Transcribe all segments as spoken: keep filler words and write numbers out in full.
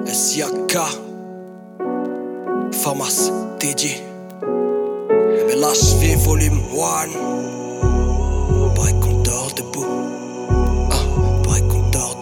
S I A K, Famas, T J, M L H V volume un. Pareil qu'on dort debout, ah, pareil qu'on dort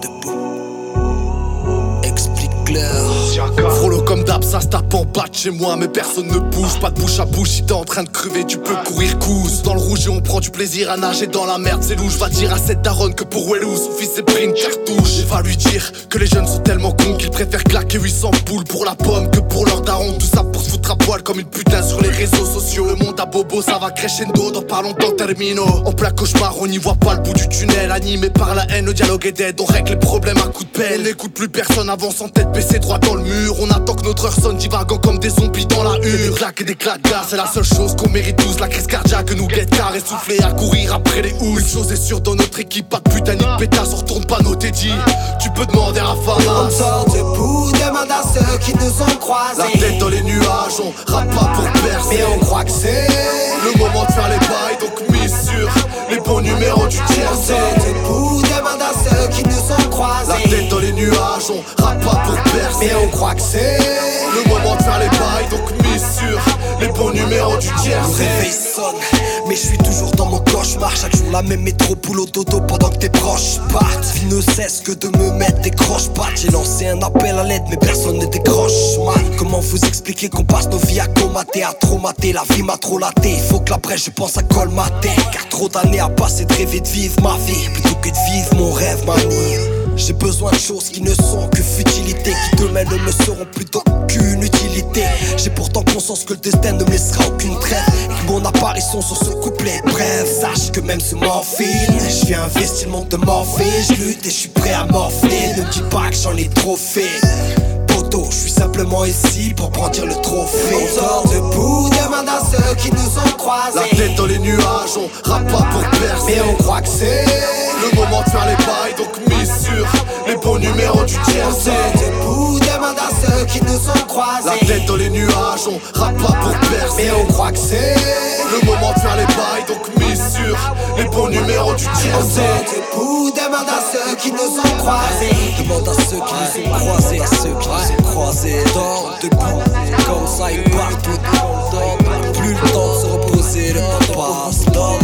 debout. Explique clair. Frollo comme d'hab, ça se tape en bas de chez moi, mais personne ne bouge. Pas de bouche à bouche, si t'es en train de crever, tu peux courir cousse. Dans le rouge et on prend du plaisir à nager dans la merde, c'est louche. Va dire à cette daronne que pour Wellou, son fils s'est pris une cartouche. Va lui dire que les jeunes sont tellement cons qu'ils préfèrent claquer huit cents boules pour la pomme que pour leur daron. Tout ça pour se foutre à poil comme une putain sur les réseaux sociaux. Le monde à bobo, ça va crescendo, dans pas longtemps termino. En plein cauchemar, on n'y voit pas le bout du tunnel. Animé par la haine, le dialogue est dead, on règle les problèmes à coups de pelle. On n'écoute plus personne, avance en tête baissée droit dans le mur. On attend que notre heure sonne, divagant comme des zombies dans la hure. Des claques et des claques gaz, c'est la seule chose qu'on mérite tous. La crise cardiaque nous guette car essoufflés à courir après les housses. Une chose est sûre dans notre équipe, pas de putain ni de pétasse, on retourne pas nos tédis. Tu peux demander à Famas. On sort debout, demande à ceux qui nous ont croisés. La tête dans les nuages, on rappe pas pour percer. Mais on croit que c'est le moment de faire les bails, donc mise sur les bons numéros du tiers. On sort debout, demande à ceux qui nous ont croisés. La tête dans les nuages, on rappe pas pour percer. Mais on croit que c'est le moment de faire les bails, donc mise sur les bons numéros du tiers. Le réveil sonne, mais je suis toujours dans mon cauchemar. Chaque jour la même métro, boulot dodo pendant que tes proches partent. Vie ne cesse que de me mettre des croche-pattes. J'ai lancé un appel à l'aide mais personne ne décroche. Man, comment vous expliquer qu'on passe nos vies à comater, à traumater? La vie m'a trop laté, il faut que l'après je pense à colmater. Car trop d'années à passer de rêver de vivre ma vie plutôt que de vivre mon rêve manie. J'ai besoin de choses qui ne sont que futilité, qui demain ne me seront plus d'aucune utilité. J'ai pourtant conscience que le destin ne me laissera aucune trêve et que mon apparition sur ce couplet bref. Sache que même ce morphine, je viens investir le monde de morphée. Je lutte et je suis prêt à morfler. Ne dis pas que j'en ai trop fait. Poto, je suis simplement ici pour brandir le trophée. On sort debout, demande à ceux qui nous ont croisés. La tête dans les nuages, on rappe pas pour percer. Mais on croit que c'est le moment de faire les bails, donc mise sur les bons numéros du tiers. On sort debout, demande à ceux qui nous ont croisés. La tête dans les nuages, on rappe pas pour percer. Mais on croit que c'est le moment de faire les bails, donc mise sur les bons numéros du tiers. On sort debout, demande à ceux qui nous ont croisés. Demande à ceux qui nous ont croisés, à ceux qui nous ont croisés. Dors debout, comme ça ils partent tout le temps. Plus le temps de se reposer, le temps passe. Dors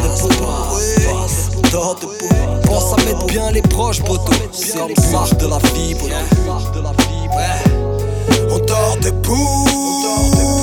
debout, dors debout. Pense à mettre bien les proches, poto. C'est le but de la vie, poto. On dort debout.